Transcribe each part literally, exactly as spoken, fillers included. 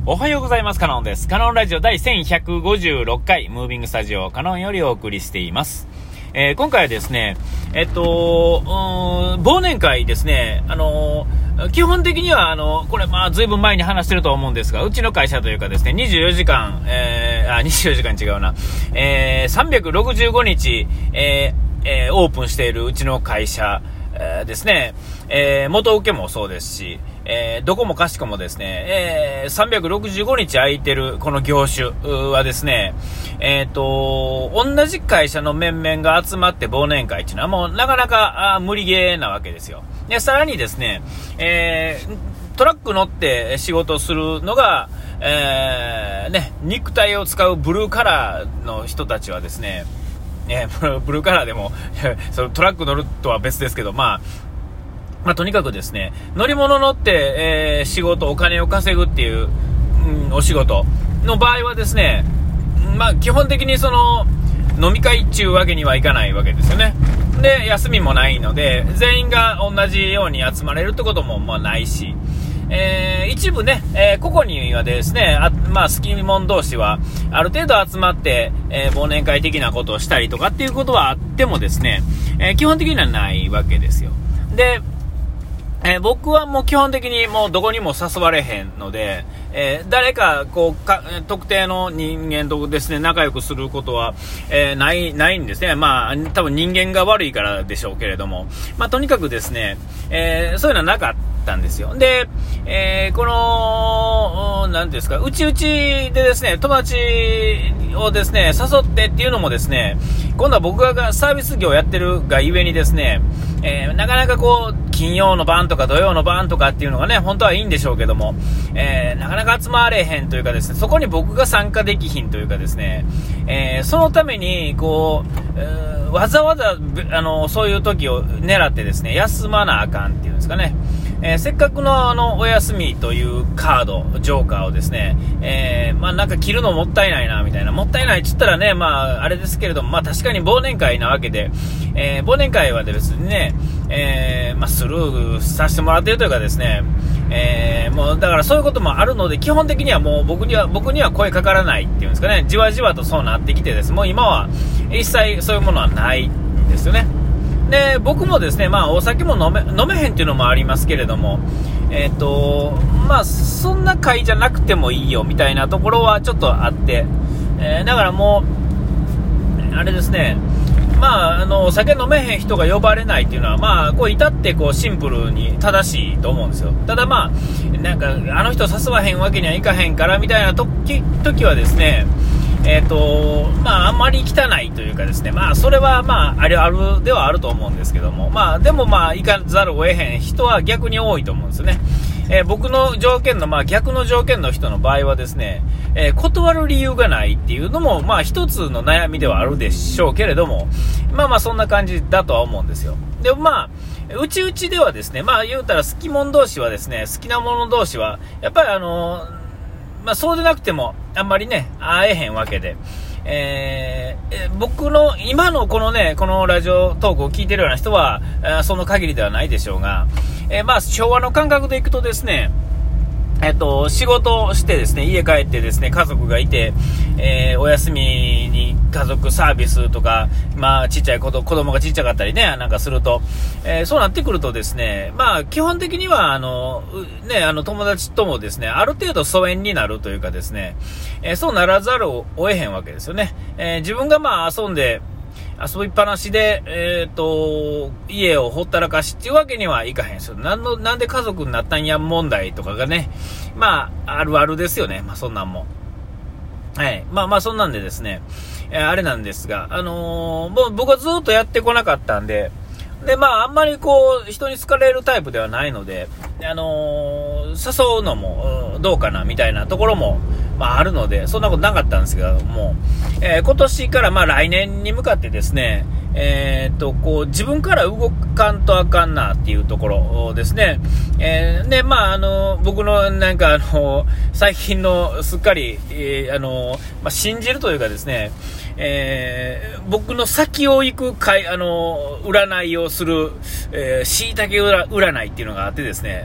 おはようございます。カノンです。カノンラジオ第せんひゃくごじゅうろっかいムービングスタジオカノンよりお送りしています。えー、今回はですね、えっと、うーん、忘年会ですね。あのー、基本的には、あの、これ、まあ、ずいぶん前に話してると思うんですが、うちの会社というかですね、にじゅうよじかん、えー、あ、にじゅうよじかん違うな、えー、さんびゃくろくじゅうごにち、えーえー、オープンしているうちの会社、えー、ですね、えー、元請けもそうですし、えー、どこもかしこもですね、えー、さんびゃくろくじゅうごにち空いてるこの業種はですね、えっと、同じ会社の面々が集まって忘年会っていうのはもうなかなかあ無理ゲーなわけですよ。で、さらにですね、えー、トラック乗って仕事するのが、えー、ね、肉体を使うブルーカラーの人たちはですね、えー、ブルーカラーでもそのトラック乗るとは別ですけど、まあまあ、とにかくですね、乗り物乗って、えー、仕事、お金を稼ぐっていう、うん、お仕事の場合はですね、まあ、基本的にその飲み会っていうわけにはいかないわけですよね。で、休みもないので、全員が同じように集まれるってこともまあないし、えー、一部ね、えー、ここにはですね、あまあ、好き者同士はある程度集まって、えー、忘年会的なことをしたりとかっていうことはあってもですね、えー、基本的にはないわけですよ。で、えー、僕はもう基本的にもうどこにも誘われへんので、えー、誰かこうか特定の人間とですね仲良くすることは、えー、ないないんですね。まあ多分人間が悪いからでしょうけれども、まあとにかくですね、えー、そういうのはなかったんですよ。で、えー、このなんですか、うちうちでですね友達をですね誘ってっていうのもですね、今度は僕がサービス業をやってるがゆえにですね、えー、なかなかこう金曜の晩とか土曜の晩とかっていうのがね本当はいいんでしょうけども、えー、なかなか集まれへんというかですね、そこに僕が参加できひんというかですね、えー、そのためにこう、えー、わざわざあのそういう時を狙ってですね休まなあかんっていうんですかね、えー、せっかくのあのお休みというカードジョーカーをですね、えー、まあなんか切るのもったいないなみたいな、もったいないって言ったらね、まああれですけれども、まあ確かに忘年会なわけで、えー、忘年会はですね、えー、まあスルーさせてもらっているというかですね、えー、もうだからそういうこともあるので、基本的にはもう僕には僕には声かからないっていうんですかね、じわじわとそうなってきてですね、もう今は一切そういうものはないんですよね。で、僕もですね、まあお酒も飲め飲めへんっていうのもありますけれども、えっとまあそんな会じゃなくてもいいよみたいなところはちょっとあって、えー、だからもうあれですね。まあ、あのお酒飲めへん人が呼ばれないっていうのは、まあ、こう至ってこうシンプルに正しいと思うんですよ。ただまあ、なんかあの人誘わへんわけにはいかへんからみたいな時、時はですね、えっとまああんまり汚いというかですね、まあそれはまああるあるではあると思うんですけども、まあでもまあ行かざるを得へん人は逆に多いと思うんですよね。えー、僕の条件の、まあ、逆の条件の人の場合はですね、えー、断る理由がないっていうのも、まあ、一つの悩みではあるでしょうけれども、まあまあ、そんな感じだとは思うんですよ。で、まあ、うちうちではですね、まあ、言うたら、好き者同士はですね、好きな者同士は、やっぱりあのー、まあ、そうでなくても、あんまりね、会えへんわけで、えー、僕の今のこのね、このラジオトークを聞いてるような人は、その限りではないでしょうが、えー、まあ昭和の感覚でいくとですね、えっと仕事をしてですね、家帰ってですね、家族がいて、えー、お休みに家族サービスとか、まあちっちゃい子と子供がちっちゃかったりね、なんかすると、えー、そうなってくるとですね、まあ基本的にはあのね、あの友達ともですね、ある程度疎遠になるというかですね、えー、そうならざるを得へんわけですよね。えー、自分がまあ遊んで遊びっぱなしで、えーと、家をほったらかしっていうわけにはいかへんですよ。なんの、なんで家族になったんや問題とかがね、まあ、あるあるですよね。まあ、そんなんも。はい。まあまあ、そんなんでですね、えー、あれなんですが、あのー、もう僕はずっとやってこなかったんで、で、まあ、あんまりこう、人に好かれるタイプではないので、あのー、誘うのも、どうかな、みたいなところも、まあ、あるので、そんなことなかったんですけども、えー、今年から、まあ、来年に向かってですね、えー、っと、こう、自分から動かんとあかんな、っていうところですね。えー、で、まあ、あのー、僕の、なんか、あのー、最近の、すっかり、えー、あのー、まあ、信じるというかですね、えー、僕の先を行くかい、あの、占いをする、えー、椎茸占いっていうのがあってですね、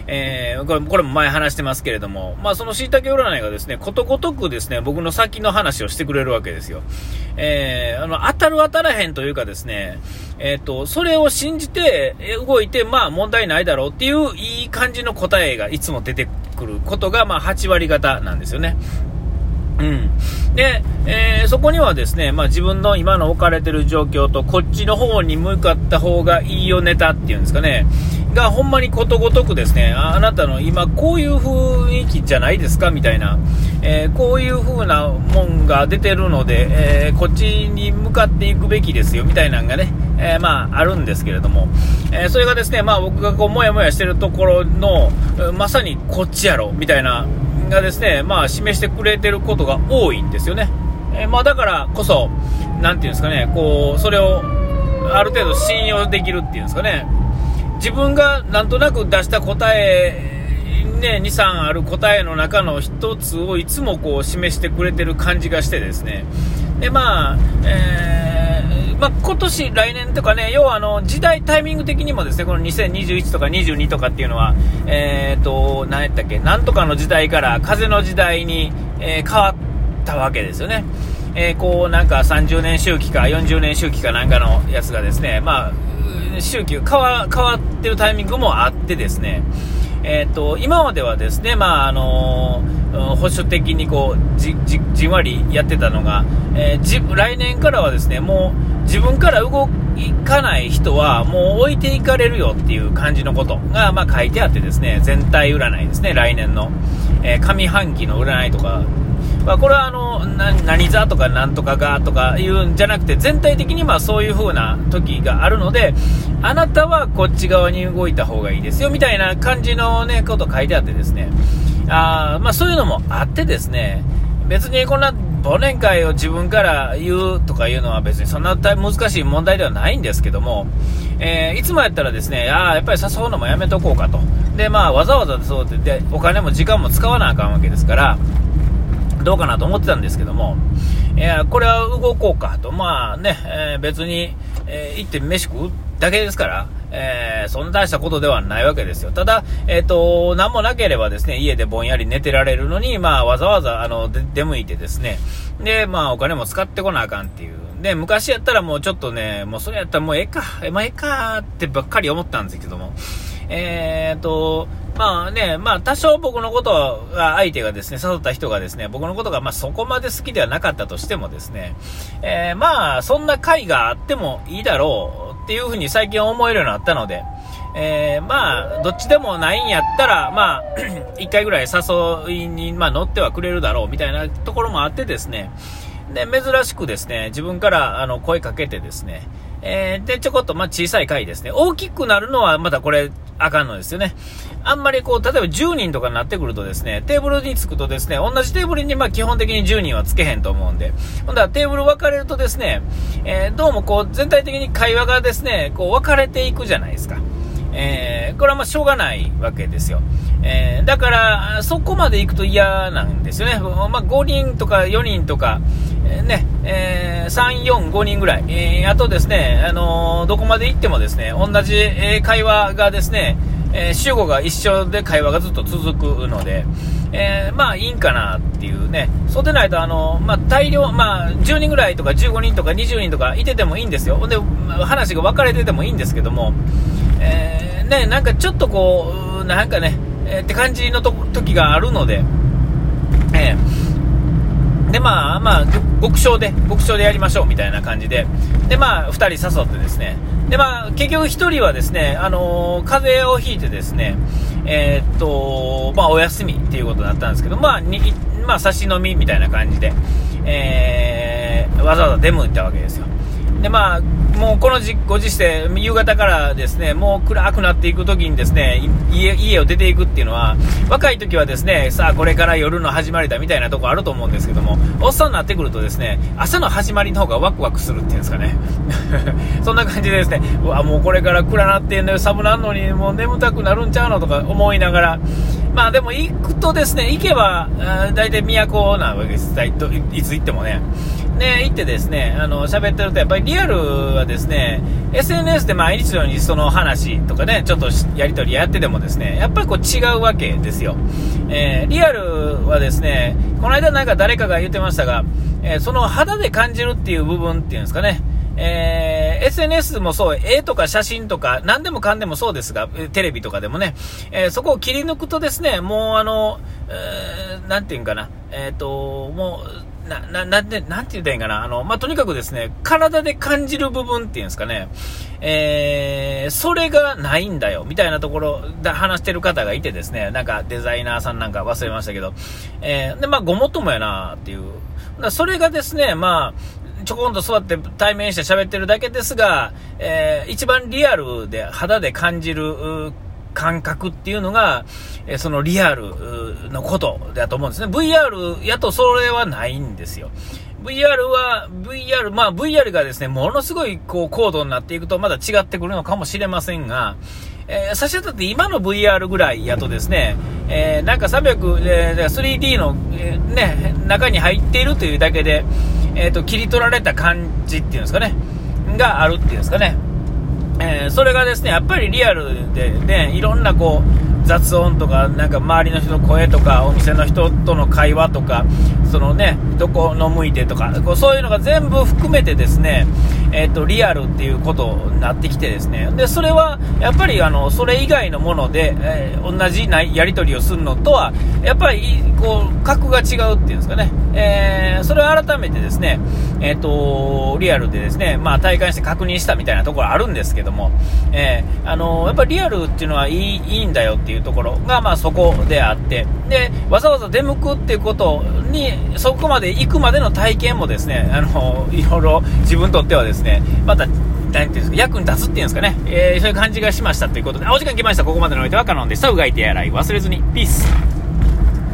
えー、これ、これも前話してますけれども、まあその椎茸占いがですね、ことごとくですね、僕の先の話をしてくれるわけですよ。えー、あの、当たる当たらへんというかですね、えっと、それを信じて動いて、まあ問題ないだろうっていういい感じの答えがいつも出てくることが、まあはち割方なんですよね。うん。で、えー、そこにはですね、まあ自分の今の置かれてる状況と、こっちの方に向かった方がいいよネタっていうんですかね、がほんまにことごとくですね、あ、あなたの今こういう雰囲気じゃないですかみたいな、えー、こういう風なもんが出てるので、えー、こっちに向かっていくべきですよみたいなのがね、えー、まああるんですけれども、えー、それがですね、まあ僕がこうもやもやしてるところのまさにこっちやろみたいながですね、まあ示してくれてることが多いんですよね。えー、まあだからこそ、なんていうんですかね、こうそれをある程度信用できるっていうんですかね。自分がなんとなく出した答え、ね、に、さんある答えの中の一つをいつもこう示してくれてる感じがしてですね。で、まあ、えー、まあ、今年、来年とかね、要はあの、時代、タイミング的にもですね、このにせんにじゅういちとかにじゅうにとかっていうのは、えーと、何やったっけ、なんとかの時代から風の時代に、えー、変わったわけですよね。えー、こうなんかさんじゅうねん周期かよんじゅうねん周期かなんかのやつがですね、まあ、周期変わ、変わってるタイミングもあってですね、えーと、今まではですね、まああのー、保守的にこう じ, じ, じんわりやってたのが、えー、じ来年からはですね、もう自分から動かない人はもう置いていかれるよっていう感じのことが、まあ、書いてあってですね、全体占いですね、来年の、えー、上半期の占いとか、まあ、これはあのな何座とかなんとかがとかいうんじゃなくて、全体的にまあそういう風な時があるので、あなたはこっち側に動いた方がいいですよみたいな感じのねこと書いてあってですね、あ、まあそういうのもあってですね、別にこんな忘年会を自分から言うとかいうのは別にそんな難しい問題ではないんですけども、えー、いつもやったらですね、あ、やっぱり誘うのもやめとこうかと。で、まあわざわざそうでお金も時間も使わなあかんわけですから、どうかなと思ってたんですけども、いやこれは動こうかと。まあね、えー、別に、えー、行って飯食うだけですから、えー、そんな大したことではないわけですよ。ただ、えっと、何もなければですね、家でぼんやり寝てられるのに、まあわざわざあので出向いてですね、で、まあお金も使ってこなあかんっていう。で、昔やったらもうちょっとね、もうそれやったらもうええか、まあええかってばっかり思ったんですけども、えーと、まあね、まあ多少僕のことが、相手がですね、誘った人がですね、僕のことがまあそこまで好きではなかったとしてもですね、えー、まあそんな会があってもいいだろうっていうふうに最近思えるようになったので、えー、まあどっちでもないんやったら、まあ一回ぐらい誘いにまあ乗ってはくれるだろうみたいなところもあってですね、で珍しくですね、自分からあの声かけてですね、えー、でちょこっとまあ小さい会ですね、大きくなるのはまたこれあかんのですよね。あんまりこう例えばじゅうにんとかになってくるとですね、テーブルにつくとですね、同じテーブルにまあ基本的にじゅうにんはつけへんと思うんで、ほんだらテーブル分かれるとですね、えー、どうもこう全体的に会話がですねこう分かれていくじゃないですか。えー、これはまあしょうがないわけですよ。えー、だからそこまで行くと嫌なんですよね。まあ、ごにんとかよにんとか、えー、ね、えー、さん、よん、ごにんぐらい、えー、あとですね、あのー、どこまで行ってもですね、同じ、えー、会話がですね、えー、主語が一緒で会話がずっと続くので、えー、まあいいんかなっていうね。そうでないとあの、まあ、大量、まあじゅうにんぐらいとかじゅうごにんとかにじゅうにんとかいててもいいんですよ。で話が分かれててもいいんですけども、えー、ね、なんかちょっとこうなんかね、えー、って感じのと時があるので、えー、でまあまあ極小で極小でやりましょうみたいな感じで、でまあふたり誘ってですね、でまあ結局ひとりはですね、あのー、風邪をひいてですね、えー、っとまあお休みっていうことだったんですけど、まあにまあ差し飲みみたいな感じで、えー、わざわざ出向いたわけですよ。でまあもうこのご時世夕方からですね、もう暗くなっていく時にですね、家, 家を出ていくっていうのは、若い時はですね、さあこれから夜の始まりだみたいなとこあると思うんですけども、おっさんになってくるとですね、朝の始まりの方がワクワクするっていうんですかねそんな感じでですね、うわもうこれから暗なってんのよ、寒なんのにもう眠たくなるんちゃうのとか思いながら、 まあでも行くとですね、行けば、大体都なわけです。いつ行ってもね。で、行ってですね、あの、喋ってると、やっぱりリアルはですね、エスエヌエス で毎日のようにその話とかね、ちょっとやりとりやっててもですね、やっぱりこう違うわけですよ。えー、リアルはですね、この間なんか誰かが言ってましたが、えー、その肌で感じるっていう部分っていうんですかね、えー、エスエヌエス もそう、絵とか写真とか、何でもかんでもそうですが、テレビとかでもね、えー、そこを切り抜くとですね、もうあの、えー、なんていうんかな、えっと、もう、な、な、なんて、なんて言ったらいいんかな、あの、まあ、とにかくですね、体で感じる部分っていうんですかね、えー、それがないんだよ、みたいなところで話してる方がいてですね、なんかデザイナーさんなんか忘れましたけど、えー、で、まあ、ごもっともやなっていう。だそれがですね、まあ、ちょこんと座って対面して喋ってるだけですが、えー、一番リアルで肌で感じる感覚っていうのが、えー、そのリアルのことだと思うんですね。ブイアール やとそれはないんですよ。ブイアール は ブイアール、まあ ブイアール がですね、ものすごいこう高度になっていくとまだ違ってくるのかもしれませんが、えー、差し当たって今の ブイアール ぐらいやとですね、えー、なんかさんびゃく、えー、スリーディー の、えー、ね、中に入っているというだけで、えーと、切り取られた感じっていうんですかね、があるっていうんですかね。えー、それがですね、やっぱりリアルでね、いろんなこう、雑音とか、なんか周りの人の声とか、お店の人との会話とか、そのね、どこの向いてとか、こうそういうのが全部含めてですね、えっと、リアルっていうことになってきてですね、で、それは、やっぱりあの、それ以外のもので、えー、同じなやり取りをするのとは、やっぱり、こう、格が違うっていうんですかね、えー、それを改めてですね、えっと、リアルでですね、まあ、体感して確認したみたいなところあるんですけども、えー、あの、やっぱりリアルっていうのはいい、いいんだよっていうところが、まあ、そこであって、で、わざわざ出向くっていうことに、そこまで行くまでの体験もですね、あの、いろいろ自分にとってはですね、また、なんていうんですか、役に立つっていうんですかね、えー、そういう感じがしましたということで、お時間来ました。ここまでのおいてはカノンでした。うがい手洗い忘れずに。ピース。